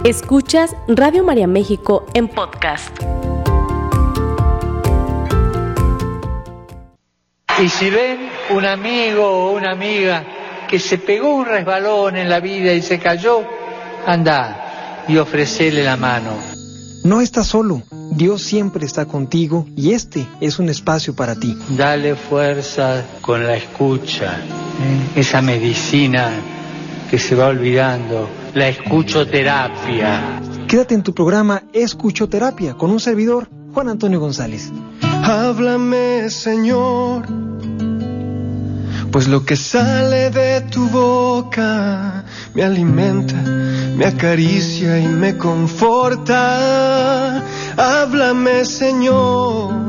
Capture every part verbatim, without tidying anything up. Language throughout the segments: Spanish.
Escuchas Radio María México en podcast. Y si ven un amigo o una amiga que se pegó un resbalón en la vida y se cayó, anda y ofrecele la mano. No estás solo, Dios siempre está contigo y este es un espacio para ti. Dale fuerza con la escucha, ¿eh? Esa medicina que se va olvidando, la escuchoterapia. Quédate en tu programa Escuchoterapia con un servidor, Juan Antonio González. Háblame, Señor, pues lo que sale de tu boca me alimenta, me acaricia y me conforta. Háblame, Señor.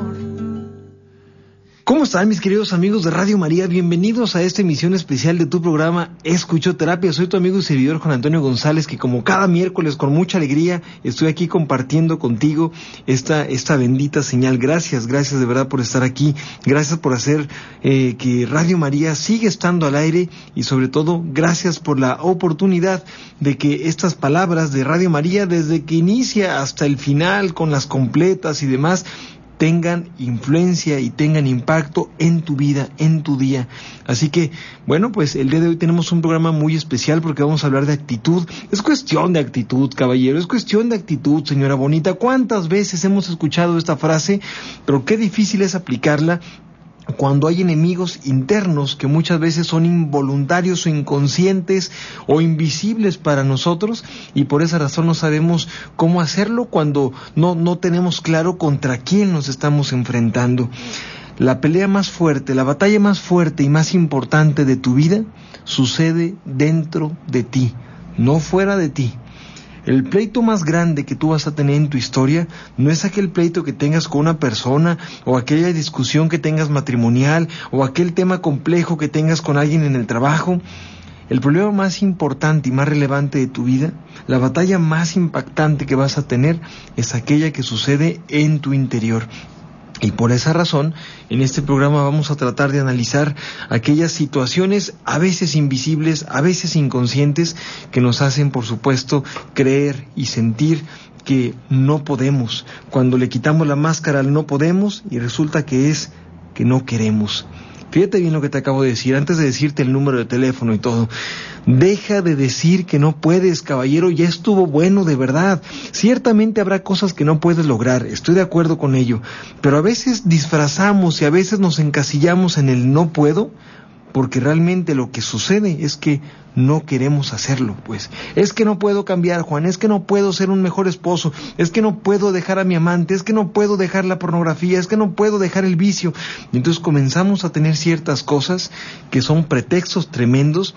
¿Cómo están, mis queridos amigos de Radio María? Bienvenidos a esta emisión especial de tu programa Escuchoterapia. Soy tu amigo y servidor Juan Antonio González, que como cada miércoles con mucha alegría estoy aquí compartiendo contigo esta, esta bendita señal. Gracias, gracias de verdad por estar aquí. Gracias por hacer eh, que Radio María siga estando al aire y sobre todo gracias por la oportunidad de que estas palabras de Radio María, desde que inicia hasta el final con las completas y demás, tengan influencia y tengan impacto en tu vida, en tu día. Así que, bueno, pues el día de hoy tenemos un programa muy especial porque vamos a hablar de actitud. Es cuestión de actitud, caballero, es cuestión de actitud, señora bonita. ¿Cuántas veces hemos escuchado esta frase? Pero qué difícil es aplicarla cuando hay enemigos internos que muchas veces son involuntarios o inconscientes o invisibles para nosotros, y por esa razón no sabemos cómo hacerlo cuando no, no tenemos claro contra quién nos estamos enfrentando. La pelea más fuerte, la batalla más fuerte y más importante de tu vida sucede dentro de ti, no fuera de ti. El pleito más grande que tú vas a tener en tu historia no es aquel pleito que tengas con una persona, o aquella discusión que tengas matrimonial, o aquel tema complejo que tengas con alguien en el trabajo. El problema más importante y más relevante de tu vida, la batalla más impactante que vas a tener, es aquella que sucede en tu interior. Y por esa razón, en este programa vamos a tratar de analizar aquellas situaciones a veces invisibles, a veces inconscientes, que nos hacen, por supuesto, creer y sentir que no podemos. Cuando le quitamos la máscara al no podemos, y resulta que es que no queremos. Fíjate bien lo que te acabo de decir, antes de decirte el número de teléfono y todo. Deja de decir que no puedes, caballero, ya estuvo bueno de verdad. Ciertamente habrá cosas que no puedes lograr, estoy de acuerdo con ello, pero a veces disfrazamos y a veces nos encasillamos en el no puedo, porque realmente lo que sucede es que no queremos hacerlo, pues. Es que no puedo cambiar, Juan, es que no puedo ser un mejor esposo, es que no puedo dejar a mi amante, es que no puedo dejar la pornografía, es que no puedo dejar el vicio. Y entonces comenzamos a tener ciertas cosas que son pretextos tremendos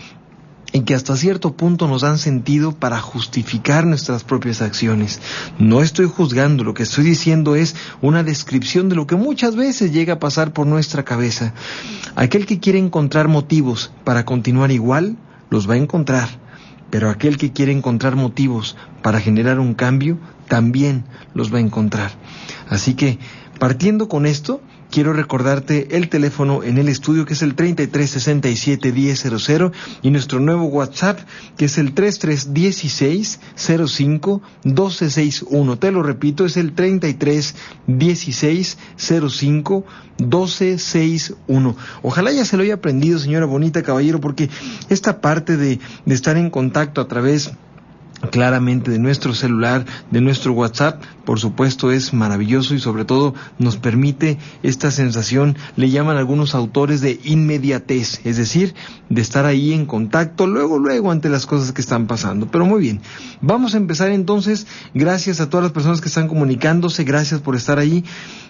y que hasta cierto punto nos dan sentido para justificar nuestras propias acciones. No estoy juzgando, lo que estoy diciendo es una descripción de lo que muchas veces llega a pasar por nuestra cabeza. Aquel que quiere encontrar motivos para continuar igual, los va a encontrar, pero aquel que quiere encontrar motivos para generar un cambio, también los va a encontrar. Así que, partiendo con esto, quiero recordarte el teléfono en el estudio, que es el treinta y tres sesenta y siete diez cero cero, y nuestro nuevo WhatsApp, que es el treinta y tres dieciséis cero cinco doce sesenta y uno. Te lo repito, es el treinta y tres dieciséis cero cinco doce sesenta y uno. Ojalá ya se lo haya aprendido, señora bonita, caballero, porque esta parte de, de estar en contacto a través claramente de nuestro celular, de nuestro WhatsApp, por supuesto es maravilloso y sobre todo nos permite esta sensación, le llaman algunos autores, de inmediatez, es decir, de estar ahí en contacto luego, luego ante las cosas que están pasando. Pero muy bien, vamos a empezar entonces. Gracias a todas las personas que están comunicándose, gracias por estar ahí.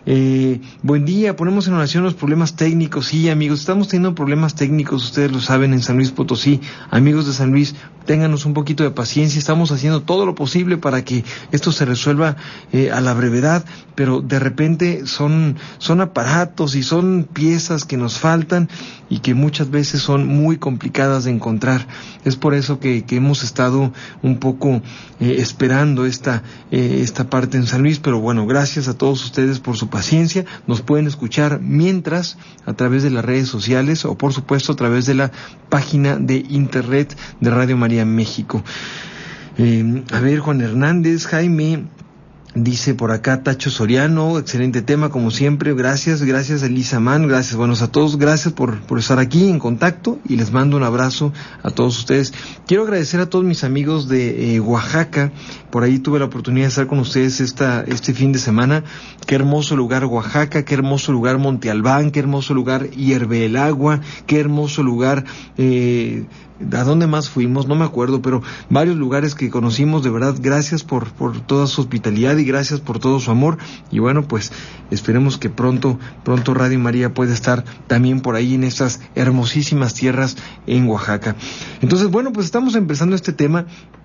Eh, buen día, ponemos en oración los problemas técnicos. Sí, amigos, estamos teniendo problemas técnicos, ustedes lo saben, en San Luis Potosí. Amigos de San Luis, ténganos un poquito de paciencia, estamos haciendo todo lo posible para que esto se resuelva eh, a la brevedad, pero de repente son, son aparatos y son piezas que nos faltan y que muchas veces son muy complicadas de encontrar. Es por eso que, que hemos estado un poco eh, esperando esta, eh, esta parte en San Luis, pero bueno, gracias a todos ustedes por su paciencia. Nos pueden escuchar mientras a través de las redes sociales o por supuesto a través de la página de internet de Radio María México. Eh, a ver, Juan Hernández, Jaime, dice por acá Tacho Soriano, excelente tema como siempre, gracias, gracias Elisa Man, gracias, buenos a todos, gracias por, por estar aquí en contacto y les mando un abrazo a todos ustedes. Quiero agradecer a todos mis amigos de eh, Oaxaca, por ahí tuve la oportunidad de estar con ustedes esta, este fin de semana. Qué hermoso lugar Oaxaca, qué hermoso lugar Monte Albán, qué hermoso lugar Hierve el Agua, qué hermoso lugar, eh, ¿a dónde más fuimos? No me acuerdo, pero varios lugares que conocimos, de verdad, gracias por, por toda su hospitalidad y gracias por todo su amor. Y bueno, pues esperemos que pronto, pronto Radio María pueda estar también por ahí en estas hermosísimas tierras en Oaxaca. Entonces, bueno, pues estamos empezando este tema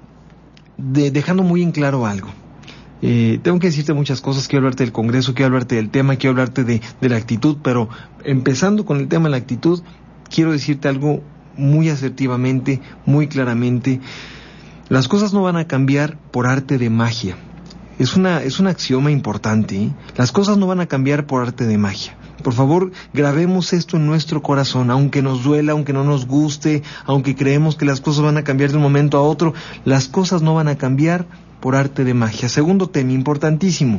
de, dejando muy en claro algo. Eh, tengo que decirte muchas cosas, quiero hablarte del Congreso, quiero hablarte del tema, quiero hablarte de, de la actitud, pero empezando con el tema de la actitud, quiero decirte algo muy asertivamente, muy claramente. Las cosas no van a cambiar por arte de magia. Es una, es un axioma importante, ¿eh? Las cosas no van a cambiar por arte de magia. Por favor, grabemos esto en nuestro corazón, aunque nos duela, aunque no nos guste, aunque creemos que las cosas van a cambiar de un momento a otro, las cosas no van a cambiar por arte de magia. Segundo tema importantísimo,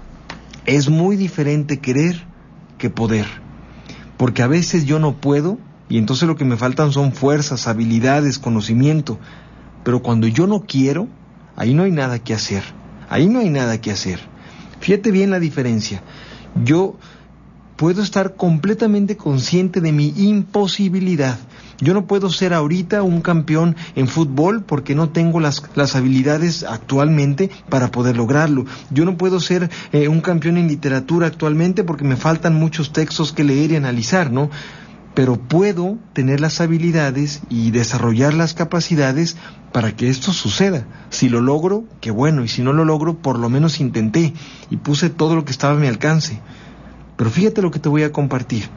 es muy diferente querer que poder, porque a veces yo no puedo, y entonces lo que me faltan son fuerzas, habilidades, conocimiento. Pero cuando yo no quiero, ahí no hay nada que hacer. Ahí no hay nada que hacer. Fíjate bien la diferencia. Yo puedo estar completamente consciente de mi imposibilidad. Yo no puedo ser ahorita un campeón en fútbol porque no tengo las, las habilidades actualmente para poder lograrlo. Yo no puedo ser eh, un campeón en literatura actualmente porque me faltan muchos textos que leer y analizar, ¿no? Pero puedo tener las habilidades y desarrollar las capacidades para que esto suceda. Si lo logro, qué bueno, y si no lo logro, por lo menos intenté y puse todo lo que estaba a mi alcance. Pero fíjate lo que te voy a compartir.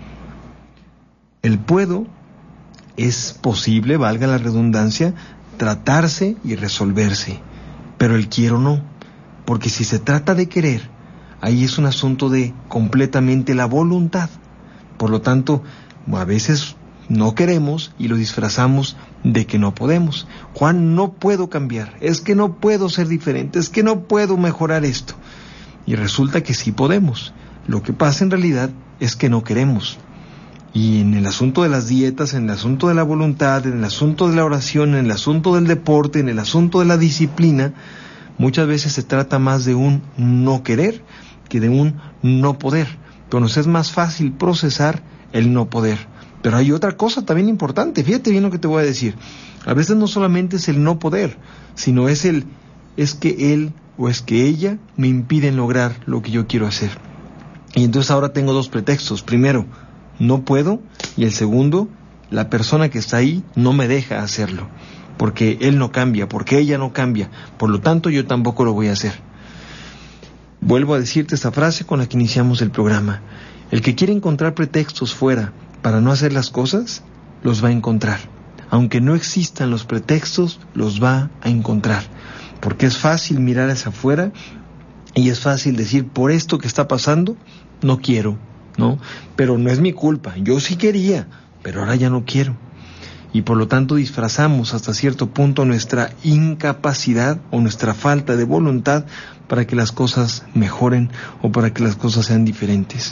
El puedo es posible, valga la redundancia, tratarse y resolverse, pero el quiero no, porque si se trata de querer, ahí es un asunto de completamente la voluntad. Por lo tanto, a veces no queremos y lo disfrazamos de que no podemos. Juan, no puedo cambiar, es que no puedo ser diferente, es que no puedo mejorar esto. Y resulta que sí podemos. Lo que pasa en realidad es que no queremos. Y en el asunto de las dietas, en el asunto de la voluntad, en el asunto de la oración, en el asunto del deporte, en el asunto de la disciplina, muchas veces se trata más de un no querer que de un no poder. Pero nos es más fácil procesar el no poder. Pero hay otra cosa también importante, fíjate bien lo que te voy a decir. A veces no solamente es el no poder, sino es el, es que él o es que ella me impiden lograr lo que yo quiero hacer. Y entonces ahora tengo dos pretextos. Primero, no puedo, y el segundo, la persona que está ahí no me deja hacerlo, porque él no cambia, porque ella no cambia, por lo tanto yo tampoco lo voy a hacer. Vuelvo a decirte esta frase con la que iniciamos el programa. El que quiere encontrar pretextos fuera para no hacer las cosas, los va a encontrar. Aunque no existan los pretextos, los va a encontrar. Porque es fácil mirar hacia afuera y es fácil decir, por esto que está pasando, no quiero, ¿no? Pero no es mi culpa, yo sí quería, pero ahora ya no quiero. Y por lo tanto disfrazamos hasta cierto punto nuestra incapacidad o nuestra falta de voluntad para que las cosas mejoren o para que las cosas sean diferentes.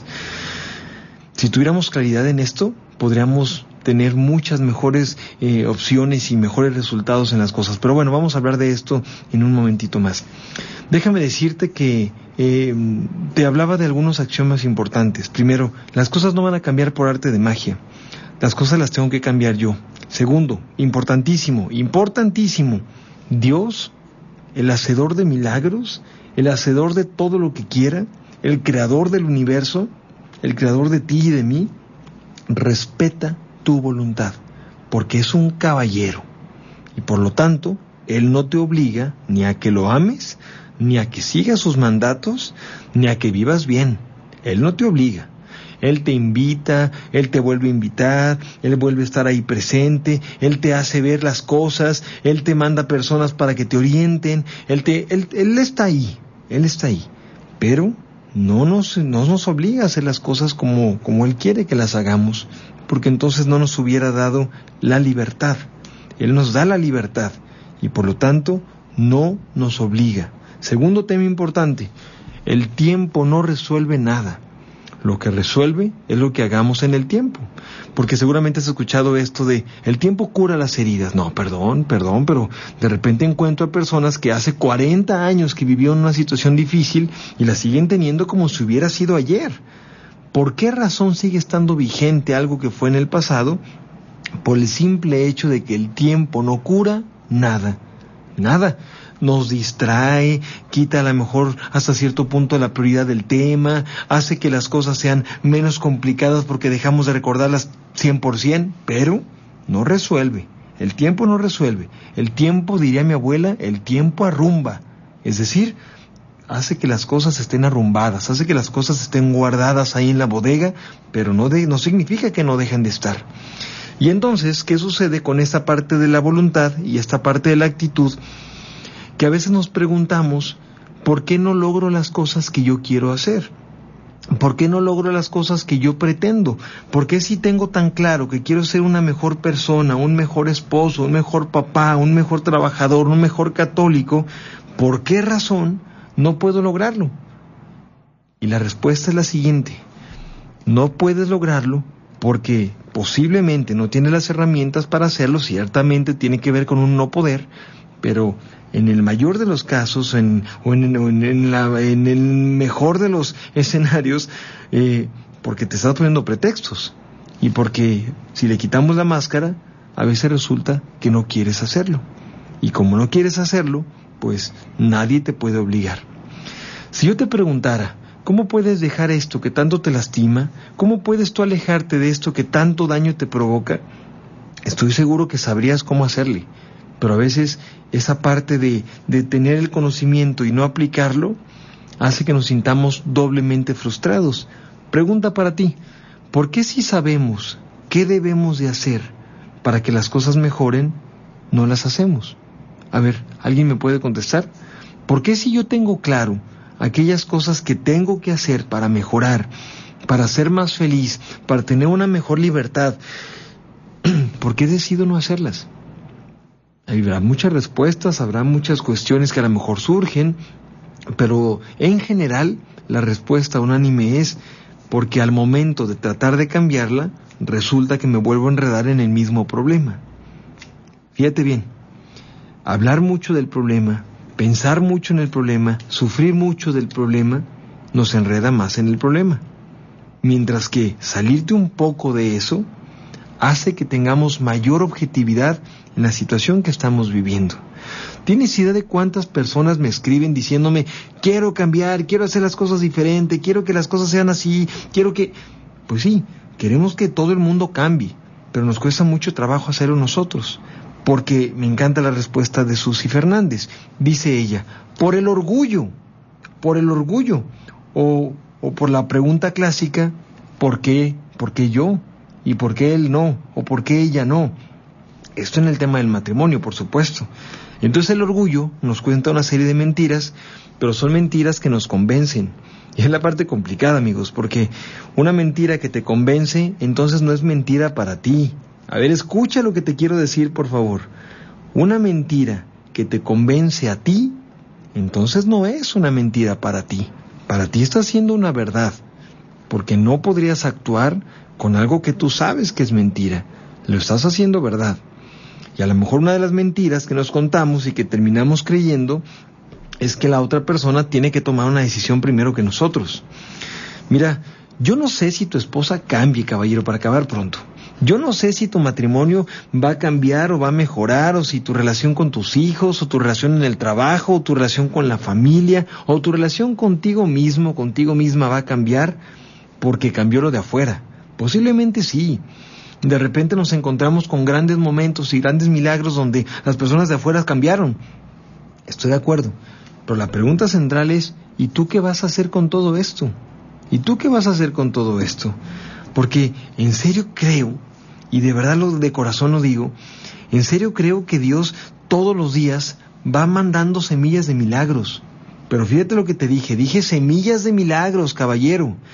Si tuviéramos claridad en esto, podríamos tener muchas mejores eh, opciones y mejores resultados en las cosas. Pero bueno, vamos a hablar de esto en un momentito más. Déjame decirte que eh, te hablaba de algunos axiomas importantes. Primero, las cosas no van a cambiar por arte de magia. Las cosas las tengo que cambiar yo. Segundo, importantísimo, importantísimo, Dios, el hacedor de milagros, el hacedor de todo lo que quiera, el creador del universo, el creador de ti y de mí, respeta tu voluntad, porque es un caballero, y por lo tanto, Él no te obliga ni a que lo ames, ni a que sigas sus mandatos, ni a que vivas bien. Él no te obliga. Él te invita, Él te vuelve a invitar, Él vuelve a estar ahí presente, Él te hace ver las cosas, Él te manda personas para que te orienten, Él, te, él, él está ahí, Él está ahí, pero no nos, no nos obliga a hacer las cosas como, como Él quiere que las hagamos, porque entonces no nos hubiera dado la libertad. Él nos da la libertad y por lo tanto no nos obliga. Segundo tema importante, el tiempo no resuelve nada. Lo que resuelve es lo que hagamos en el tiempo. Porque seguramente has escuchado esto de el tiempo cura las heridas. No, perdón, perdón, pero de repente encuentro a personas que hace cuarenta años que vivieron una situación difícil y la siguen teniendo como si hubiera sido ayer. ¿Por qué razón sigue estando vigente algo que fue en el pasado? Por el simple hecho de que el tiempo no cura nada. Nada. Nos distrae, quita a lo mejor hasta cierto punto la prioridad del tema, hace que las cosas sean menos complicadas porque dejamos de recordarlas cien por ciento, pero no resuelve. El tiempo no resuelve. El tiempo, diría mi abuela, el tiempo arrumba. Es decir, hace que las cosas estén arrumbadas, hace que las cosas estén guardadas ahí en la bodega, pero no, de, no significa que no dejen de estar. Y entonces, ¿qué sucede con esta parte de la voluntad y esta parte de la actitud? Que a veces nos preguntamos, ¿por qué no logro las cosas que yo quiero hacer? ¿Por qué no logro las cosas que yo pretendo? ¿Por qué si tengo tan claro que quiero ser una mejor persona, un mejor esposo, un mejor papá, un mejor trabajador, un mejor católico, ¿por qué razón no puedo lograrlo? Y la respuesta es la siguiente: no puedes lograrlo porque posiblemente no tienes las herramientas para hacerlo, ciertamente tiene que ver con un no poder, pero en el mayor de los casos, en, o, en, o en, en, la, en el mejor de los escenarios, eh, porque te estás poniendo pretextos. Y porque si le quitamos la máscara, a veces resulta que no quieres hacerlo. Y como no quieres hacerlo, pues nadie te puede obligar. Si yo te preguntara, ¿cómo puedes dejar esto que tanto te lastima? ¿Cómo puedes tú alejarte de esto que tanto daño te provoca? Estoy seguro que sabrías cómo hacerle. Pero a veces esa parte de, de tener el conocimiento y no aplicarlo hace que nos sintamos doblemente frustrados. Pregunta para ti, ¿por qué si sabemos qué debemos de hacer para que las cosas mejoren, no las hacemos? A ver, ¿alguien me puede contestar? ¿Por qué si yo tengo claro aquellas cosas que tengo que hacer para mejorar, para ser más feliz, para tener una mejor libertad, ¿por qué decido no hacerlas? Habrá muchas respuestas, habrá muchas cuestiones que a lo mejor surgen, pero en general la respuesta unánime es porque al momento de tratar de cambiarla, resulta que me vuelvo a enredar en el mismo problema. Fíjate bien, hablar mucho del problema, pensar mucho en el problema, sufrir mucho del problema, nos enreda más en el problema. Mientras que salirte un poco de eso hace que tengamos mayor objetividad en la situación que estamos viviendo. ¿Tienes idea de cuántas personas me escriben diciéndome, quiero cambiar, quiero hacer las cosas diferente, quiero que las cosas sean así, quiero que... Pues sí, queremos que todo el mundo cambie, pero nos cuesta mucho trabajo hacerlo nosotros. Porque me encanta la respuesta de Susy Fernández. Dice ella, por el orgullo, por el orgullo. O, o por la pregunta clásica, ¿por qué? ¿Por qué yo? ¿Y por qué él no? ¿O por qué ella no? Esto en el tema del matrimonio, por supuesto. Entonces el orgullo nos cuenta una serie de mentiras, pero son mentiras que nos convencen. Y es la parte complicada, amigos, porque una mentira que te convence, entonces no es mentira para ti. A ver, escucha lo que te quiero decir, por favor. Una mentira que te convence a ti, entonces no es una mentira para ti. Para ti está siendo una verdad, porque no podrías actuar con algo que tú sabes que es mentira. Lo estás haciendo verdad. Y a lo mejor una de las mentiras que nos contamos y que terminamos creyendo es que la otra persona tiene que tomar una decisión primero que nosotros. Mira, yo no sé si tu esposa cambie, caballero, para acabar pronto. Yo no sé si tu matrimonio va a cambiar o va a mejorar, o si tu relación con tus hijos, o tu relación en el trabajo, o tu relación con la familia, o tu relación contigo mismo, contigo misma va a cambiar porque cambió lo de afuera. Posiblemente sí. De repente nos encontramos con grandes momentos y grandes milagros donde las personas de afuera cambiaron. Estoy de acuerdo. Pero la pregunta central es, ¿y tú qué vas a hacer con todo esto? ¿Y tú qué vas a hacer con todo esto? Porque en serio creo, y de verdad lo de corazón lo digo, en serio creo que Dios todos los días va mandando semillas de milagros. Pero fíjate lo que te dije, dije semillas de milagros, caballero.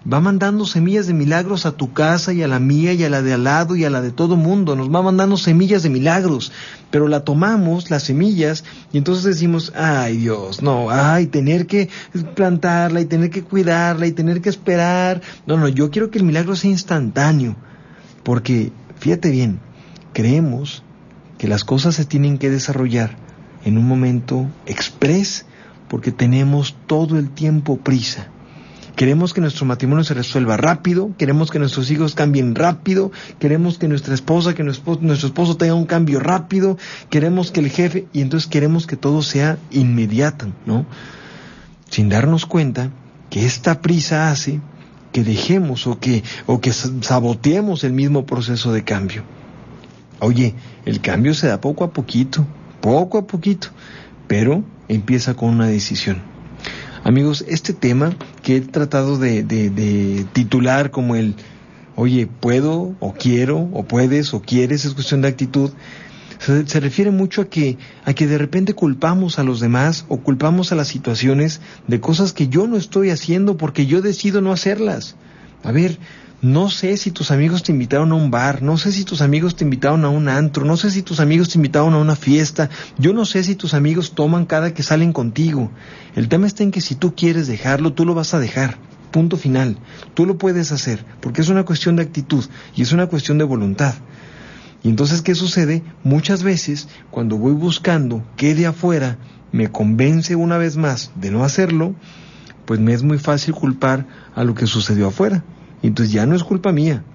va mandando semillas de milagros a tu casa y a la mía y a la de al lado y a la de todo mundo. Nos va mandando semillas de milagros, pero la tomamos, las semillas, y entonces decimos, ay Dios, no, ay, tener que plantarla y tener que cuidarla y tener que esperar. No, no, yo quiero que el milagro sea instantáneo, porque, fíjate bien, creemos que las cosas se tienen que desarrollar en un momento express, porque tenemos todo el tiempo prisa. Queremos que nuestro matrimonio se resuelva rápido, queremos que nuestros hijos cambien rápido, queremos que nuestra esposa, que nuestro esposo, nuestro esposo tenga un cambio rápido, queremos que el jefe, y entonces queremos que todo sea inmediato, ¿no? Sin darnos cuenta que esta prisa hace que dejemos o que, o que saboteemos el mismo proceso de cambio. Oye, el cambio se da poco a poquito, poco a poquito, pero empieza con una decisión. Amigos, este tema que he tratado de, de, de titular como el, oye, puedo, o quiero, o puedes, o quieres, es cuestión de actitud, se, se refiere mucho a que, a que de repente culpamos a los demás, o culpamos a las situaciones de cosas que yo no estoy haciendo porque yo decido no hacerlas. A ver, no sé si tus amigos te invitaron a un bar, no sé si tus amigos te invitaron a un antro, no sé si tus amigos te invitaron a una fiesta, yo no sé si tus amigos toman cada que salen contigo. El tema está en que si tú quieres dejarlo, tú lo vas a dejar, punto final. Tú lo puedes hacer, porque es una cuestión de actitud y es una cuestión de voluntad. Y entonces, ¿qué sucede? Muchas veces, cuando voy buscando qué de afuera me convence una vez más de no hacerlo, pues me es muy fácil culpar a lo que sucedió afuera. Y entonces ya no es culpa mía.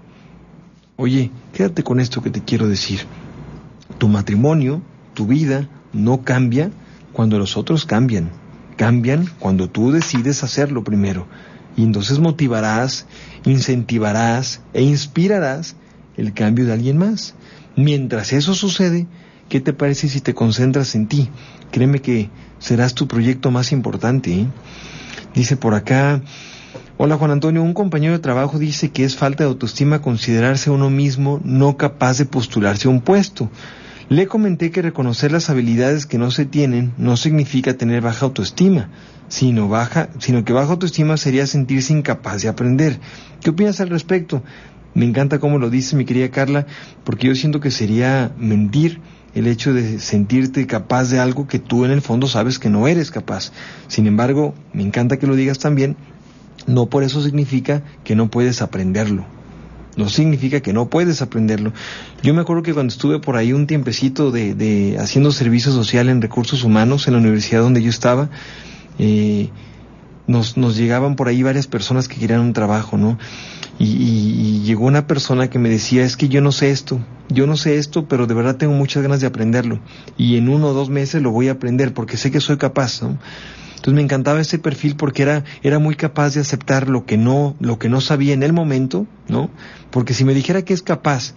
Oye, quédate con esto que te quiero decir. Tu matrimonio, tu vida, no cambia cuando los otros cambian. Cambian cuando tú decides hacerlo primero. Y entonces motivarás, incentivarás e inspirarás el cambio de alguien más. Mientras eso sucede, ¿qué te parece si te concentras en ti? Créeme que serás tu proyecto más importante, ¿eh? Dice por acá... Hola Juan Antonio, un compañero de trabajo dice que es falta de autoestima considerarse a uno mismo no capaz de postularse a un puesto. Le comenté que reconocer las habilidades que no se tienen no significa tener baja autoestima, sino, baja, sino que baja autoestima sería sentirse incapaz de aprender. ¿Qué opinas al respecto? Me encanta cómo lo dice mi querida Carla, porque yo siento que sería mentir el hecho de sentirte capaz de algo que tú en el fondo sabes que no eres capaz. Sin embargo, me encanta que lo digas también. No por eso significa que no puedes aprenderlo. No significa que no puedes aprenderlo. Yo me acuerdo que cuando estuve por ahí un tiempecito de, de haciendo servicio social en recursos humanos en la universidad donde yo estaba, eh, nos, nos llegaban por ahí varias personas que querían un trabajo, ¿no? Y, y, y llegó una persona que me decía, es que yo no sé esto, yo no sé esto, pero de verdad tengo muchas ganas de aprenderlo. Y en uno o dos meses lo voy a aprender porque sé que soy capaz, ¿no? Entonces me encantaba ese perfil porque era, era muy capaz de aceptar lo que no, lo que no sabía en el momento, ¿no? Porque si me dijera que es capaz,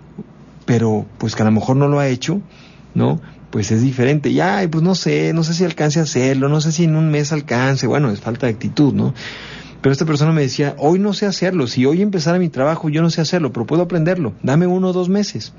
pero pues que a lo mejor no lo ha hecho, ¿no? Pues es diferente. Y ay, pues no sé, no sé si alcance a hacerlo, no sé si en un mes alcance, bueno, es falta de actitud, ¿no? Pero esta persona me decía, hoy no sé hacerlo, si hoy empezara mi trabajo yo no sé hacerlo, pero puedo aprenderlo, dame uno o dos meses.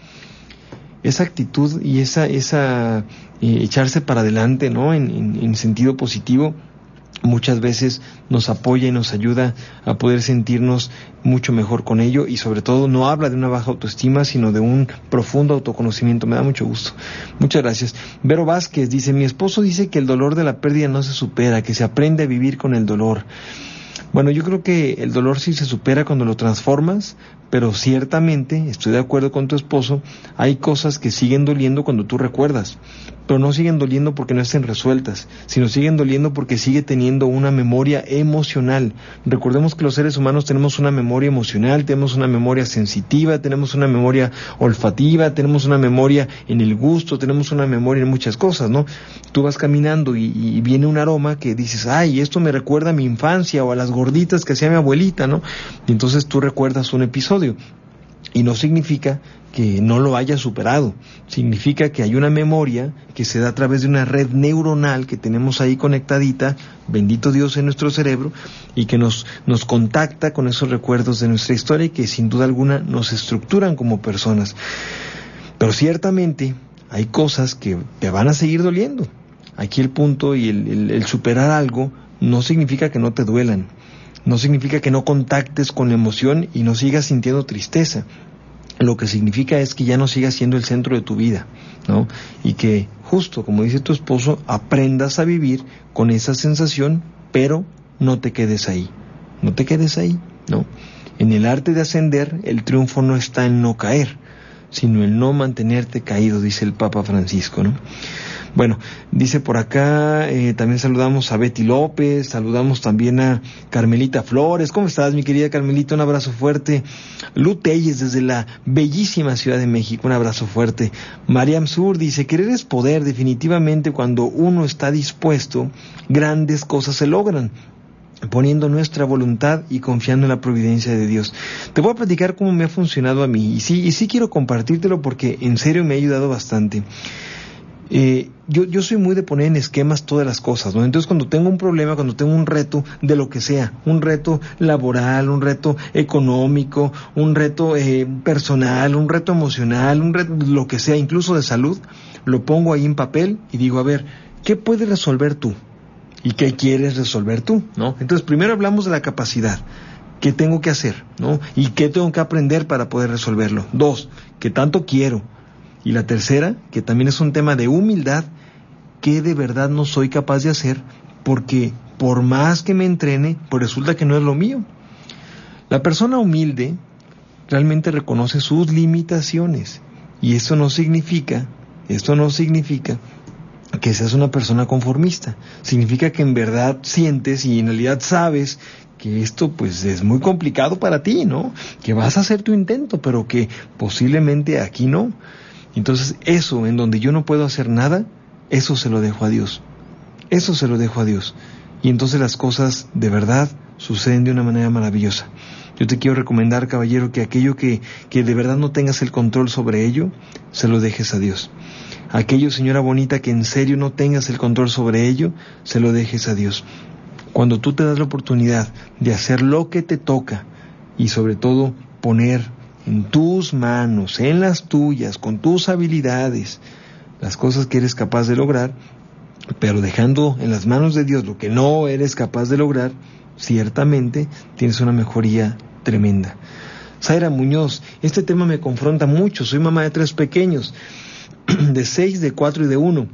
Esa actitud y esa, esa eh, echarse para adelante, ¿no? En, en, en sentido positivo, muchas veces nos apoya y nos ayuda a poder sentirnos mucho mejor con ello, y sobre todo no habla de una baja autoestima, sino de un profundo autoconocimiento. Me da mucho gusto. Muchas gracias. Vero Vázquez dice, mi esposo dice que el dolor de la pérdida no se supera, que se aprende a vivir con el dolor. Bueno, yo creo que el dolor sí se supera cuando lo transformas, pero ciertamente, estoy de acuerdo con tu esposo, hay cosas que siguen doliendo cuando tú recuerdas, pero no siguen doliendo porque no estén resueltas, sino siguen doliendo porque sigue teniendo una memoria emocional. Recordemos que los seres humanos tenemos una memoria emocional, tenemos una memoria sensitiva, tenemos una memoria olfativa, tenemos una memoria en el gusto, tenemos una memoria en muchas cosas, ¿no? Tú vas caminando y, y viene un aroma que dices, ay, esto me recuerda a mi infancia o a las gorditas que hacía mi abuelita, ¿no? Y entonces tú recuerdas un episodio. Y no significa que no lo haya superado, significa que hay una memoria que se da a través de una red neuronal que tenemos ahí conectadita, bendito Dios, en nuestro cerebro, y que nos, nos contacta con esos recuerdos de nuestra historia y que sin duda alguna nos estructuran como personas. Pero ciertamente hay cosas que te van a seguir doliendo. Aquí el punto y el, el, el superar algo no significa que no te duelan. No significa que no contactes con la emoción y no sigas sintiendo tristeza. Lo que significa es que ya no sigas siendo el centro de tu vida, ¿no? Y que justo, como dice tu esposo, aprendas a vivir con esa sensación, pero no te quedes ahí. No te quedes ahí, ¿no? En el arte de ascender, el triunfo no está en no caer, sino en no mantenerte caído, dice el Papa Francisco, ¿no? Bueno, dice por acá, eh, también saludamos a Betty López, saludamos también a Carmelita Flores. ¿Cómo estás, mi querida Carmelita? Un abrazo fuerte. Lu Telles, desde la bellísima Ciudad de México, un abrazo fuerte. Mariam Sur dice, querer es poder, definitivamente cuando uno está dispuesto, grandes cosas se logran, poniendo nuestra voluntad y confiando en la providencia de Dios. Te voy a platicar cómo me ha funcionado a mí, y sí, y sí quiero compartírtelo porque en serio me ha ayudado bastante. Eh, yo, yo soy muy de poner en esquemas todas las cosas, ¿no? Entonces cuando tengo un problema, cuando tengo un reto de lo que sea, un reto laboral, un reto económico, un reto eh, personal, un reto emocional, un reto lo que sea, incluso de salud, lo pongo ahí en papel y digo, a ver, ¿qué puedes resolver tú? ¿Y qué quieres resolver tú? ¿No? Entonces primero hablamos de la capacidad. ¿Qué tengo que hacer? ¿No? ¿Y qué tengo que aprender para poder resolverlo? Dos, ¿qué tanto quiero? Y la tercera, que también es un tema de humildad, que de verdad no soy capaz de hacer, porque por más que me entrene, pues resulta que no es lo mío. La persona humilde realmente reconoce sus limitaciones, y esto no significa, esto no significa que seas una persona conformista. Significa que en verdad sientes y en realidad sabes que esto pues es muy complicado para ti, ¿no? Que vas a hacer tu intento, pero que posiblemente aquí no. Entonces eso, en donde yo no puedo hacer nada, eso se lo dejo a Dios. Eso se lo dejo a Dios. Y entonces las cosas de verdad suceden de una manera maravillosa. Yo te quiero recomendar, caballero, que aquello que, que de verdad no tengas el control sobre ello, se lo dejes a Dios. Aquello, señora bonita, que en serio no tengas el control sobre ello, se lo dejes a Dios. Cuando tú te das la oportunidad de hacer lo que te toca y sobre todo poner en tus manos, en las tuyas, con tus habilidades, las cosas que eres capaz de lograr, pero dejando en las manos de Dios lo que no eres capaz de lograr, ciertamente tienes una mejoría tremenda. Zaira Muñoz, este tema me confronta mucho. Soy mamá de tres pequeños, de seis, de cuatro y de uno.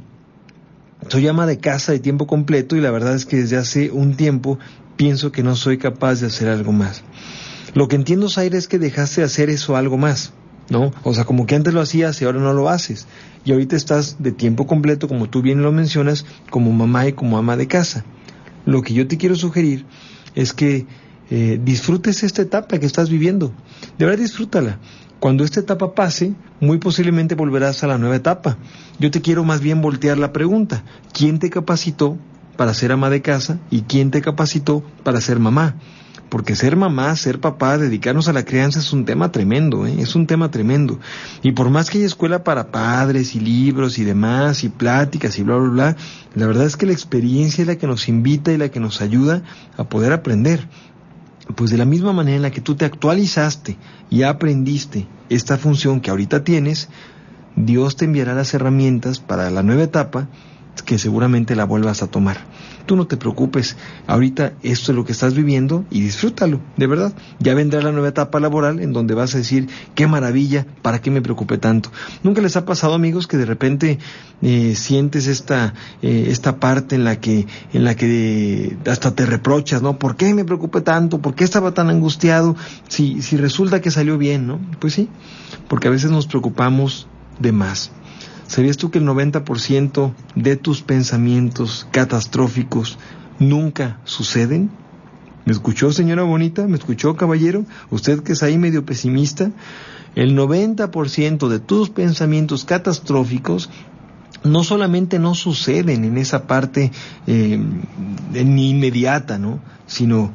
Soy ama de casa de tiempo completo y la verdad es que desde hace un tiempo pienso que no soy capaz de hacer algo más. Lo que entiendo, Zaira, es que dejaste de hacer eso algo más, ¿no? O sea, como que antes lo hacías y ahora no lo haces. Y ahorita estás de tiempo completo, como tú bien lo mencionas, como mamá y como ama de casa. Lo que yo te quiero sugerir es que eh, disfrutes esta etapa que estás viviendo. De verdad, disfrútala. Cuando esta etapa pase, muy posiblemente volverás a la nueva etapa. Yo te quiero más bien voltear la pregunta. ¿Quién te capacitó para ser ama de casa y quién te capacitó para ser mamá? Porque ser mamá, ser papá, dedicarnos a la crianza es un tema tremendo, ¿eh? Es un tema tremendo. Y por más que haya escuela para padres y libros y demás y pláticas y bla, bla, bla, la verdad es que la experiencia es la que nos invita y la que nos ayuda a poder aprender. Pues de la misma manera en la que tú te actualizaste y aprendiste esta función que ahorita tienes, Dios te enviará las herramientas para la nueva etapa que seguramente la vuelvas a tomar. Tú no te preocupes, ahorita esto es lo que estás viviendo y disfrútalo, de verdad. Ya vendrá la nueva etapa laboral en donde vas a decir, qué maravilla, ¿para qué me preocupé tanto? ¿Nunca les ha pasado, amigos, que de repente eh, sientes esta eh, esta parte en la que en la que hasta te reprochas, ¿no? ¿Por qué me preocupé tanto? ¿Por qué estaba tan angustiado? Si, si resulta que salió bien, ¿no? Pues sí, porque a veces nos preocupamos de más. ¿Sabías tú que el noventa por ciento de tus pensamientos catastróficos nunca suceden? ¿Me escuchó, señora bonita? ¿Me escuchó, caballero? Usted que es ahí medio pesimista. El noventa por ciento de tus pensamientos catastróficos no solamente no suceden en esa parte eh, ni inmediata, ¿no? Sino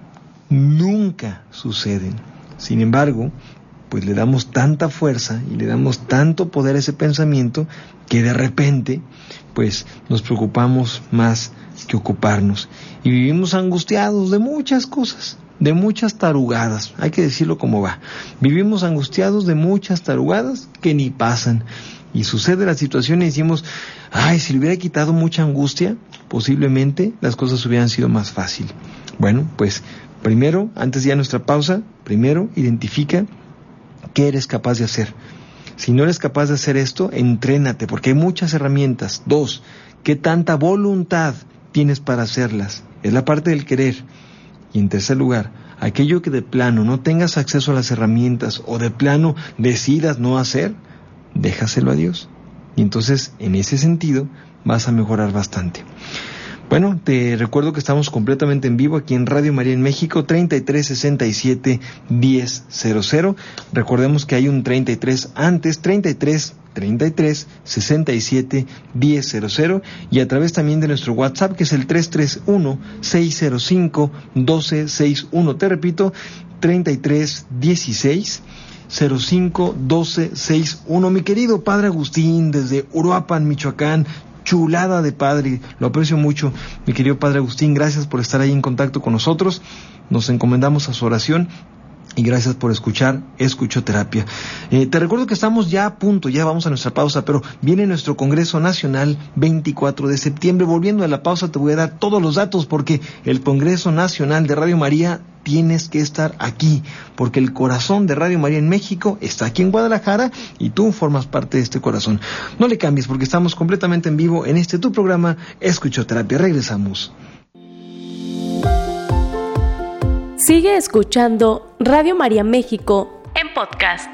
nunca suceden. Sin embargo, pues le damos tanta fuerza y le damos tanto poder a ese pensamiento que de repente pues nos preocupamos más que ocuparnos y vivimos angustiados de muchas cosas, de muchas tarugadas, hay que decirlo como va. Vivimos angustiados de muchas tarugadas que ni pasan y sucede la situación y decimos, ay, si le hubiera quitado mucha angustia, posiblemente las cosas hubieran sido más fácil. Bueno, pues Primero, antes de ir a nuestra pausa, primero identifica qué eres capaz de hacer. Si no eres capaz de hacer esto, entrénate, porque hay muchas herramientas. Dos, ¿qué tanta voluntad tienes para hacerlas? Es la parte del querer. Y en tercer lugar, aquello que de plano no tengas acceso a las herramientas o de plano decidas no hacer, déjaselo a Dios. Y entonces, en ese sentido, vas a mejorar bastante. Bueno, te recuerdo que estamos completamente en vivo aquí en Radio María en México, treinta y tres sesenta y siete diez cero cero. Recordemos que hay un treinta y tres antes, treinta y tres treinta y tres sesenta y siete diez cero cero, y a través también de nuestro WhatsApp, que es el tres tres uno seis cero cinco uno dos seis uno. Te repito, treinta y tres dieciséis cero cinco doce sesenta y uno. Mi querido Padre Agustín, desde Uruapan, Michoacán, chulada de padre, lo aprecio mucho, mi querido Padre Agustín, gracias por estar ahí en contacto con nosotros, nos encomendamos a su oración y gracias por escuchar Escuchoterapia. Eh, te recuerdo que estamos ya a punto, ya vamos a nuestra pausa, pero viene nuestro Congreso Nacional veinticuatro de septiembre. Volviendo a la pausa te voy a dar todos los datos, porque el Congreso Nacional de Radio María tienes que estar aquí, porque el corazón de Radio María en México está aquí en Guadalajara y tú formas parte de este corazón. No le cambies, porque estamos completamente en vivo en este tu programa Escuchoterapia. Regresamos. Sigue escuchando Radio María México en podcast.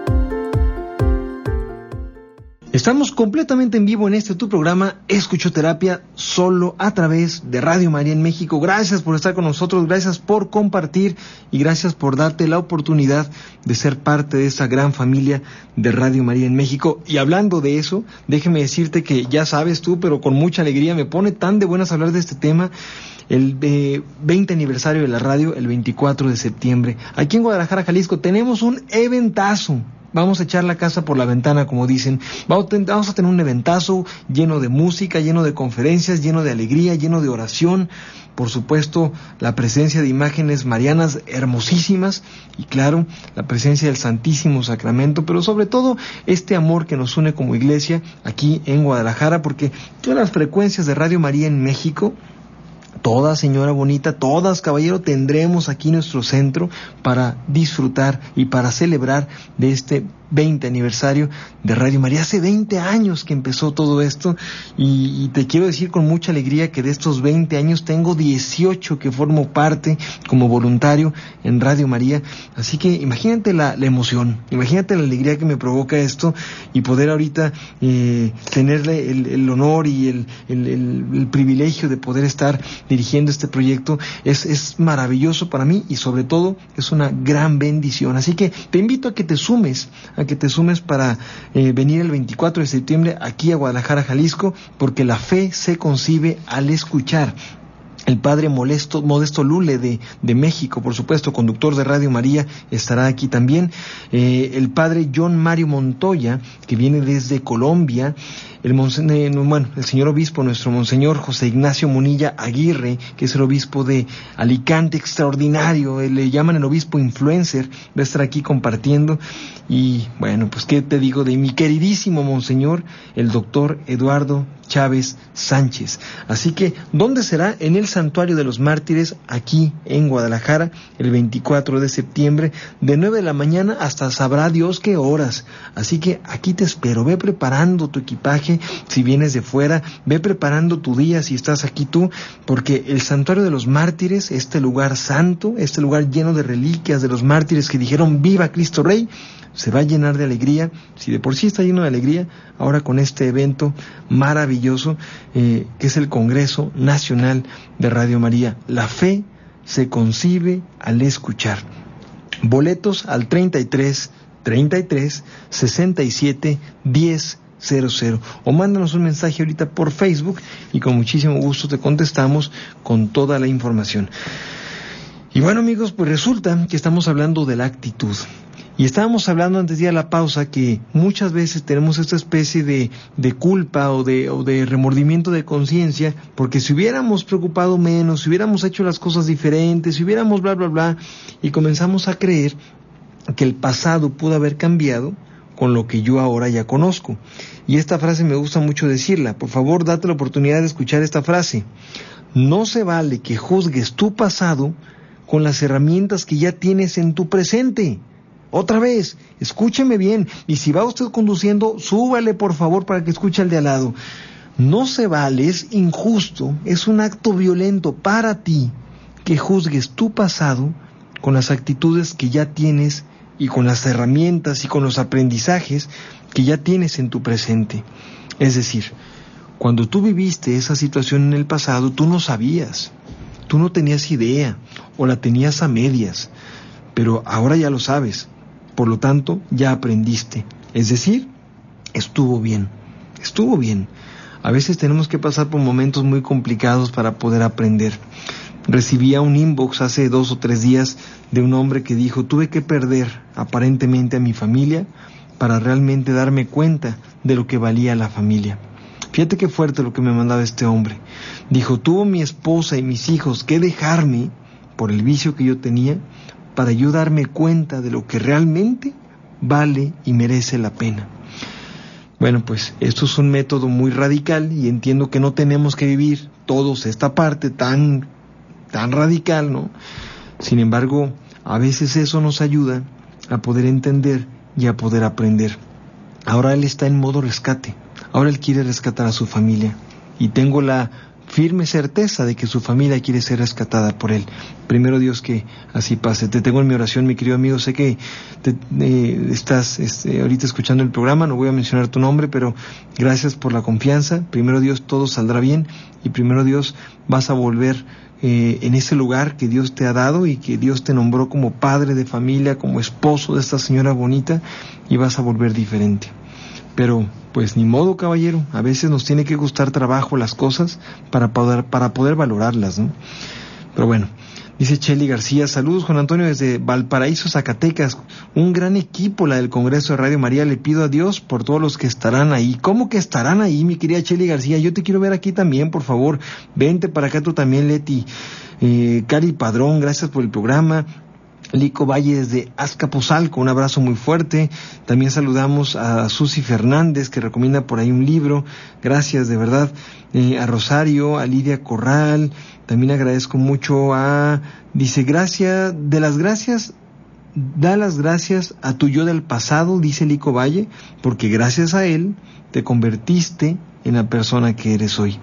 Estamos completamente en vivo en este tu programa Escuchoterapia, solo a través de Radio María en México. Gracias por estar con nosotros, gracias por compartir y gracias por darte la oportunidad de ser parte de esta gran familia de Radio María en México. Y hablando de eso, déjeme decirte que ya sabes tú, pero con mucha alegría me pone tan de buenas hablar de este tema. El eh, veinte aniversario de la radio, el veinticuatro de septiembre. Aquí en Guadalajara, Jalisco, tenemos un eventazo. Vamos a echar la casa por la ventana, como dicen. Vamos a tener un eventazo lleno de música, lleno de conferencias, lleno de alegría, lleno de oración. Por supuesto, la presencia de imágenes marianas hermosísimas y, claro, la presencia del Santísimo Sacramento, pero sobre todo este amor que nos une como iglesia aquí en Guadalajara, porque todas las frecuencias de Radio María en México, todas, señora bonita, todas, caballero, tendremos aquí nuestro centro para disfrutar y para celebrar de este veinte aniversario de Radio María. Hace veinte años que empezó todo esto y, y te quiero decir con mucha alegría que de estos veinte años tengo dieciocho que formo parte como voluntario en Radio María. Así que imagínate la, la emoción, imagínate la alegría que me provoca esto y poder ahorita eh, tenerle el, el honor y el, el, el, el privilegio de poder estar dirigiendo este proyecto. Es, es maravilloso para mí y sobre todo es una gran bendición. Así que te invito a que te sumes a que te sumes para eh, venir el veinticuatro de septiembre aquí a Guadalajara, Jalisco, porque la fe se concibe al escuchar. El padre Molesto, Modesto Lule de, de México, por supuesto, conductor de Radio María, estará aquí también. Eh, el padre John Mario Montoya, que viene desde Colombia. El, monse- bueno, el señor obispo, nuestro monseñor José Ignacio Munilla Aguirre, que es el obispo de Alicante, extraordinario, le llaman el obispo influencer, va a estar aquí compartiendo. Y bueno, pues qué te digo de mi queridísimo monseñor, el doctor Eduardo Chávez Sánchez. Así que, ¿dónde será? En el Santuario de los Mártires, aquí en Guadalajara, el veinticuatro de septiembre, de nueve de la mañana hasta sabrá Dios qué horas. Así que aquí te espero, ve preparando tu equipaje, si vienes de fuera, ve preparando tu día si estás aquí tú, porque el Santuario de los Mártires, este lugar santo, este lugar lleno de reliquias de los mártires que dijeron viva Cristo Rey, se va a llenar de alegría. Si de por sí está lleno de alegría, ahora con este evento maravilloso eh, que es el Congreso Nacional de Radio María. La fe se concibe al escuchar. Boletos al treinta y tres treinta y tres sesenta y siete diez cero cero, o mándanos un mensaje ahorita por Facebook y con muchísimo gusto te contestamos con toda la información. Y bueno, amigos, pues resulta que estamos hablando de la actitud. Y estábamos hablando antes de ir a la pausa que muchas veces tenemos esta especie de, de culpa o de, o de remordimiento de conciencia, porque si hubiéramos preocupado menos, si hubiéramos hecho las cosas diferentes, si hubiéramos bla, bla, bla, y comenzamos a creer que el pasado pudo haber cambiado con lo que yo ahora ya conozco. Y esta frase me gusta mucho decirla. Por favor, date la oportunidad de escuchar esta frase. No se vale que juzgues tu pasado con las herramientas que ya tienes en tu presente. Otra vez, escúcheme bien, y si va usted conduciendo, súbale por favor para que escuche al de al lado. No se vale, es injusto, es un acto violento para ti que juzgues tu pasado con las actitudes que ya tienes y con las herramientas y con los aprendizajes que ya tienes en tu presente. Es decir, cuando tú viviste esa situación en el pasado, tú no sabías, tú no tenías idea o la tenías a medias, pero ahora ya lo sabes, por lo tanto ya aprendiste. Es decir, estuvo bien, estuvo bien. A veces tenemos que pasar por momentos muy complicados para poder aprender. Recibía un inbox hace dos o tres días de un hombre que dijo: tuve que perder aparentemente a mi familia para realmente darme cuenta de lo que valía la familia. Fíjate qué fuerte lo que me mandaba este hombre. Dijo: tuvo mi esposa y mis hijos que dejarme por el vicio que yo tenía para yo darme cuenta de lo que realmente vale y merece la pena. Bueno, pues esto es un método muy radical y entiendo que no tenemos que vivir todos esta parte tan, tan radical, ¿no? Sin embargo, a veces eso nos ayuda a poder entender y a poder aprender. Ahora él está en modo rescate, ahora él quiere rescatar a su familia y tengo la firme certeza de que su familia quiere ser rescatada por él. Primero Dios que así pase. Te tengo en mi oración, mi querido amigo. Sé que te, eh, estás este, ahorita escuchando el programa, no voy a mencionar tu nombre, pero gracias por la confianza. Primero Dios, todo saldrá bien y primero Dios vas a volver eh, en ese lugar que Dios te ha dado y que Dios te nombró como padre de familia, como esposo de esta señora bonita, y vas a volver diferente. Pero pues ni modo, caballero, a veces nos tiene que costar trabajo las cosas para poder, para poder valorarlas, ¿no? Pero bueno, dice Chely García: saludos Juan Antonio desde Valparaíso, Zacatecas, un gran equipo la del Congreso de Radio María, le pido a Dios por todos los que estarán ahí. ¿Cómo que estarán ahí, mi querida Chely García? Yo te quiero ver aquí también, por favor, vente para acá tú también, Leti. eh, Cari Padrón, gracias por el programa. Lico Valle desde Azcapotzalco, un abrazo muy fuerte. También saludamos a Susi Fernández, que recomienda por ahí un libro, gracias de verdad. eh, a Rosario, a Lidia Corral, también agradezco mucho a, dice, gracias, de las gracias, da las gracias a tu yo del pasado, dice Lico Valle, porque gracias a él te convertiste en la persona que eres hoy.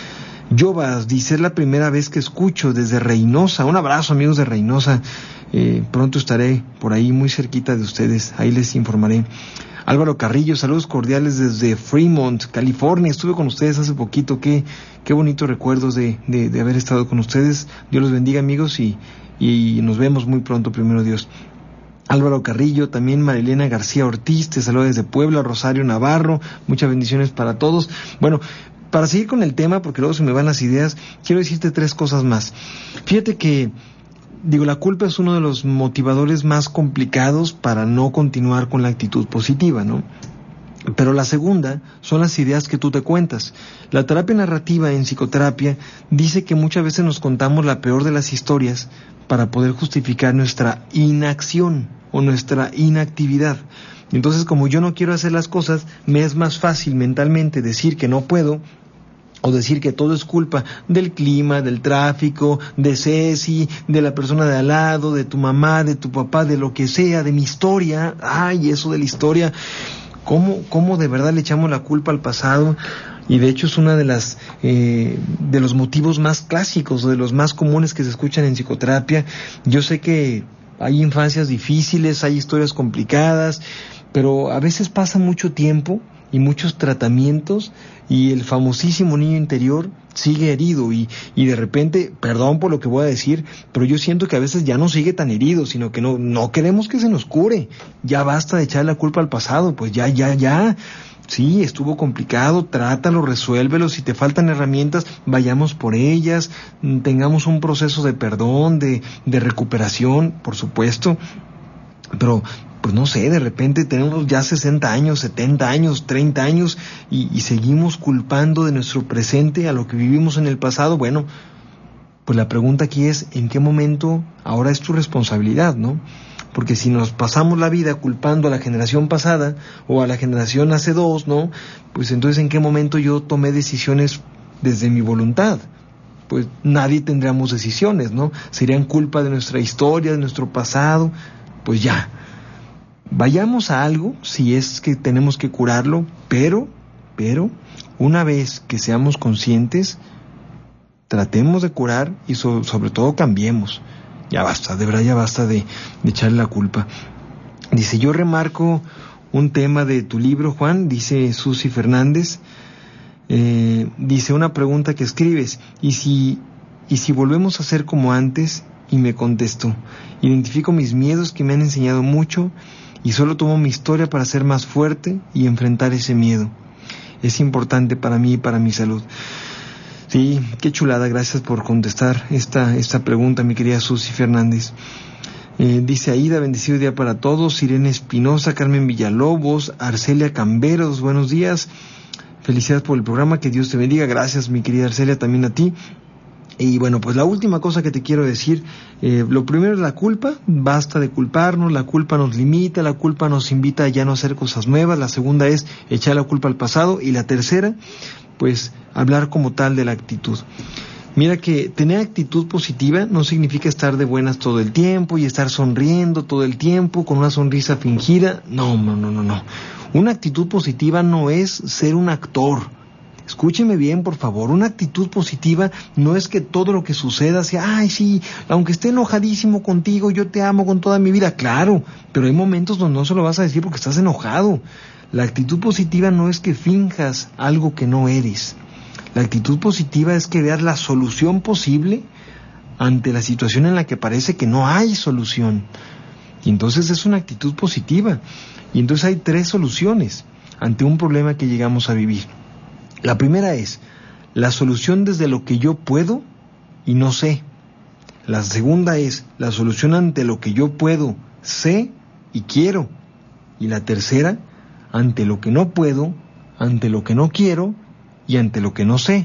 Jovas dice: es la primera vez que escucho desde Reynosa. Un abrazo, amigos de Reynosa. Eh, pronto estaré por ahí muy cerquita de ustedes, ahí les informaré. Álvaro Carrillo, saludos cordiales desde Fremont, California. Estuve con ustedes hace poquito, qué, qué bonitos recuerdos de, de, de haber estado con ustedes. Dios los bendiga, amigos, y, y nos vemos muy pronto, primero Dios. Álvaro Carrillo, también Marilena García Ortiz, te saluda desde Puebla. Rosario Navarro, muchas bendiciones para todos. Bueno, para seguir con el tema, porque luego se me van las ideas, quiero decirte tres cosas más. Fíjate que, digo, la culpa es uno de los motivadores más complicados para no continuar con la actitud positiva, ¿no? Pero la segunda son las ideas que tú te cuentas. La terapia narrativa en psicoterapia dice que muchas veces nos contamos la peor de las historias para poder justificar nuestra inacción o nuestra inactividad. Entonces, como yo no quiero hacer las cosas, me es más fácil mentalmente decir que no puedo, o decir que todo es culpa del clima, del tráfico, de Ceci, de la persona de al lado, de tu mamá, de tu papá, de lo que sea, de mi historia. Ay, eso de la historia. ¿Cómo, cómo de verdad le echamos la culpa al pasado? Y de hecho es una de las eh, de los motivos más clásicos, de los más comunes que se escuchan en psicoterapia. Yo sé que hay infancias difíciles, hay historias complicadas, pero a veces pasa mucho tiempo y muchos tratamientos y el famosísimo niño interior sigue herido y, y de repente, perdón por lo que voy a decir, pero yo siento que a veces ya no sigue tan herido, sino que no, no queremos que se nos cure. Ya basta de echar la culpa al pasado, pues ya, ya, ya. Sí, estuvo complicado, trátalo, resuélvelo. Si te faltan herramientas, vayamos por ellas, tengamos un proceso de perdón, de, de recuperación, por supuesto, pero pues no sé, de repente tenemos ya sesenta años, setenta años, treinta años y, y seguimos culpando de nuestro presente a lo que vivimos en el pasado. Bueno, pues la pregunta aquí es, ¿en qué momento ahora es tu responsabilidad, no? Porque si nos pasamos la vida culpando a la generación pasada o a la generación hace dos, ¿no? Pues entonces, ¿en qué momento yo tomé decisiones desde mi voluntad? pues nadie tendríamos decisiones, ¿no? Serían culpa de nuestra historia, de nuestro pasado. Pues ya, vayamos a algo si es que tenemos que curarlo, pero, pero, una vez que seamos conscientes, tratemos de curar y so, sobre todo cambiemos. Ya basta, de verdad ya basta de, de echarle la culpa. Dice, yo remarco un tema de tu libro, Juan, dice Susi Fernández, eh, dice una pregunta que escribes, y si, y si volvemos a ser como antes, y me contestó, identifico mis miedos que me han enseñado mucho, y solo tomo mi historia para ser más fuerte y enfrentar ese miedo. Es importante para mí y para mi salud. Sí, qué chulada, gracias por contestar esta, esta pregunta, mi querida Susi Fernández. Eh, dice Aida, bendecido día para todos. Irene Espinosa, Carmen Villalobos, Arcelia Camberos, buenos días. Felicidades por el programa, que Dios te bendiga. Gracias, mi querida Arcelia, también a ti. Y bueno, pues la última cosa que te quiero decir, eh, lo primero es la culpa, basta de culparnos, la culpa nos limita, la culpa nos invita a ya no hacer cosas nuevas. La segunda es echar la culpa al pasado, y la tercera, pues hablar como tal de la actitud. Mira que tener actitud positiva no significa estar de buenas todo el tiempo y estar sonriendo todo el tiempo con una sonrisa fingida. No, no, no, no, no. Una actitud positiva no es ser un actor. Escúcheme bien, por favor. Una actitud positiva no es que todo lo que suceda sea, ay, sí, aunque esté enojadísimo contigo, yo te amo con toda mi vida. Claro, pero hay momentos donde no se lo vas a decir porque estás enojado. La actitud positiva no es que finjas algo que no eres. La actitud positiva es que veas la solución posible ante la situación en la que parece que no hay solución. Y entonces es una actitud positiva. Y entonces hay tres soluciones ante un problema que llegamos a vivir. La primera es la solución desde lo que yo puedo y no sé. La segunda es la solución ante lo que yo puedo, sé y quiero. Y la tercera, ante lo que no puedo, ante lo que no quiero y ante lo que no sé.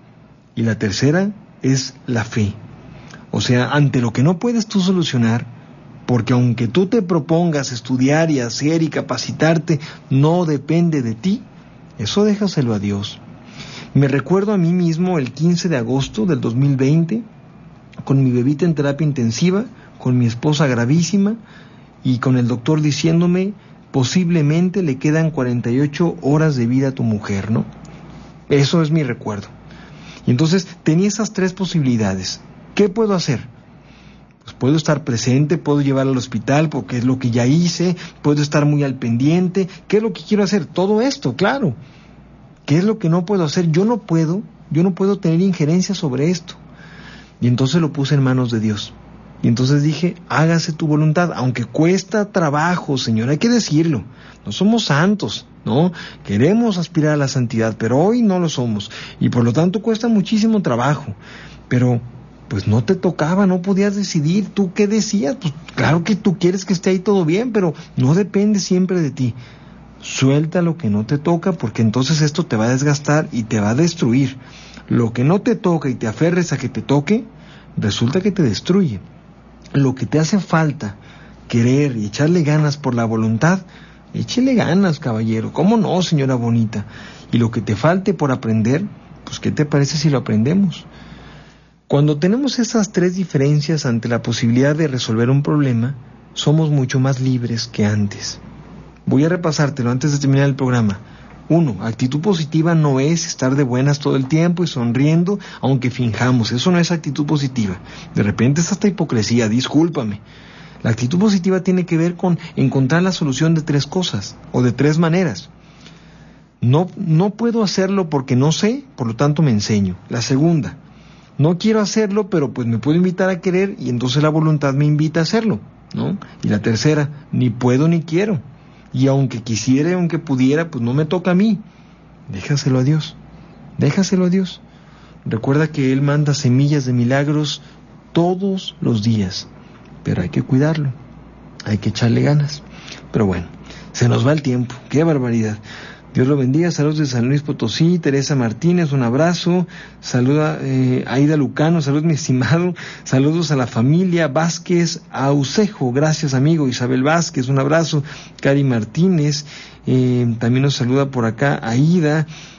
Y la tercera es la fe. O sea, ante lo que no puedes tú solucionar, porque aunque tú te propongas estudiar y hacer y capacitarte, no depende de ti, eso déjaselo a Dios. Me recuerdo a mí mismo el quince de agosto del dos mil veinte, con mi bebita en terapia intensiva, con mi esposa gravísima y con el doctor diciéndome, posiblemente le quedan cuarenta y ocho horas de vida a tu mujer, ¿no? Eso es mi recuerdo. Y entonces tenía esas tres posibilidades. ¿Qué puedo hacer? Pues puedo estar presente, puedo llevarla al hospital porque es lo que ya hice, puedo estar muy al pendiente. ¿Qué es lo que quiero hacer? Todo esto, claro. ¿Qué es lo que no puedo hacer? Yo no puedo, yo no puedo tener injerencia sobre esto. Y entonces lo puse en manos de Dios. Y entonces dije, hágase tu voluntad, aunque cuesta trabajo, Señor, hay que decirlo. No somos santos, ¿no? Queremos aspirar a la santidad, pero hoy no lo somos. Y por lo tanto cuesta muchísimo trabajo. Pero pues no te tocaba, no podías decidir. ¿Tú qué decías? Pues claro que tú quieres que esté ahí todo bien, pero no depende siempre de ti. Suelta lo que no te toca, porque entonces esto te va a desgastar y te va a destruir. Lo que no te toca y te aferres a que te toque, resulta que te destruye. Lo que te hace falta, querer y echarle ganas por la voluntad, échele ganas, caballero. ¿Cómo no, señora bonita? Y lo que te falte por aprender, pues ¿qué te parece si lo aprendemos? Cuando tenemos esas tres diferencias ante la posibilidad de resolver un problema, somos mucho más libres que antes. Voy a repasártelo antes de terminar el programa. Uno, actitud positiva no es estar de buenas todo el tiempo y sonriendo, aunque finjamos. Eso no es actitud positiva. De repente es hasta hipocresía, discúlpame. La actitud positiva tiene que ver con encontrar la solución de tres cosas, o de tres maneras. No, no puedo hacerlo porque no sé, por lo tanto me enseño. La segunda, no quiero hacerlo, pero pues me puedo invitar a querer y entonces la voluntad me invita a hacerlo, ¿no? Y la tercera, ni puedo ni quiero. Y aunque quisiera, aunque pudiera, pues no me toca a mí. Déjaselo a Dios. Déjaselo a Dios. Recuerda que Él manda semillas de milagros todos los días. Pero hay que cuidarlo. Hay que echarle ganas. Pero bueno, se nos va el tiempo. ¡Qué barbaridad! Dios lo bendiga. Saludos de San Luis Potosí. Teresa Martínez, un abrazo. Saluda eh, Aida Lucano. Saludos, mi estimado. Saludos a la familia Vázquez Aucejo. Gracias, amigo. Isabel Vázquez, un abrazo. Cari Martínez. Eh, también nos saluda por acá Aida.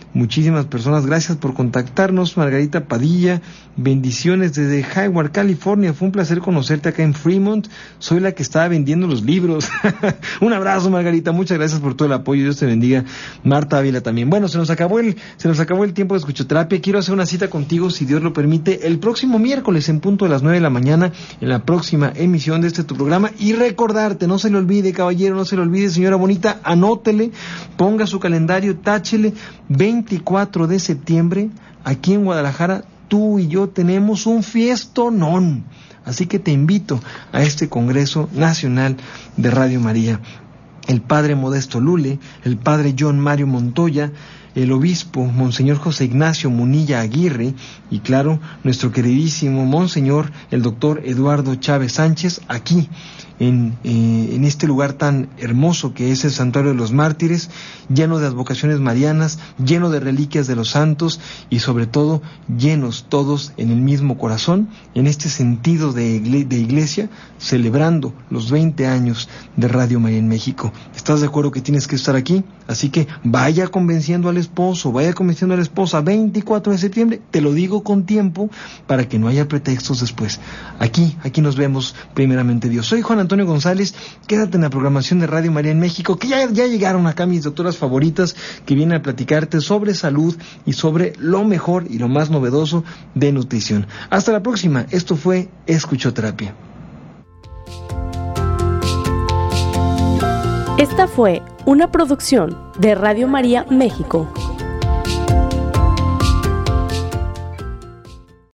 muchísimas personas. Gracias por contactarnos. Margarita Padilla, bendiciones desde Hayward, California. Fue un placer conocerte acá en Fremont. Soy la que estaba vendiendo los libros. Un abrazo, Margarita. Muchas gracias por todo el apoyo. Dios te bendiga. Marta Ávila también. Bueno, se nos acabó el, se nos acabó el tiempo de escuchoterapia. Quiero hacer una cita contigo, si Dios lo permite, el próximo miércoles en punto de las nueve de la mañana, en la próxima emisión de este tu programa. Y recordarte, no se le olvide, caballero, no se le olvide, señora bonita, anótele, ponga su calendario, táchele, veinticuatro de septiembre, aquí en Guadalajara, tú y yo tenemos un fiestonón. Así que te invito a este Congreso Nacional de Radio María. El padre Modesto Lule, el padre John Mario Montoya, el obispo Monseñor José Ignacio Munilla Aguirre y claro, nuestro queridísimo Monseñor, el doctor Eduardo Chávez Sánchez, aquí en, eh, en este lugar tan hermoso que es el Santuario de los Mártires, lleno de advocaciones marianas, lleno de reliquias de los santos y sobre todo llenos todos en el mismo corazón, en este sentido de, igle- de iglesia, celebrando los veinte años de Radio María en México. ¿Estás de acuerdo que tienes que estar aquí? Así que vaya convenciendo al esposo, vaya convenciendo a la esposa, veinticuatro de septiembre, te lo digo con tiempo para que no haya pretextos después. Aquí, aquí nos vemos primeramente Dios. Soy Juan Antonio González, quédate en la programación de Radio María en México, que ya, ya llegaron acá mis doctoras favoritas que vienen a platicarte sobre salud y sobre lo mejor y lo más novedoso de nutrición. Hasta la próxima, esto fue Escuchoterapia. Esta fue una producción de Radio María México.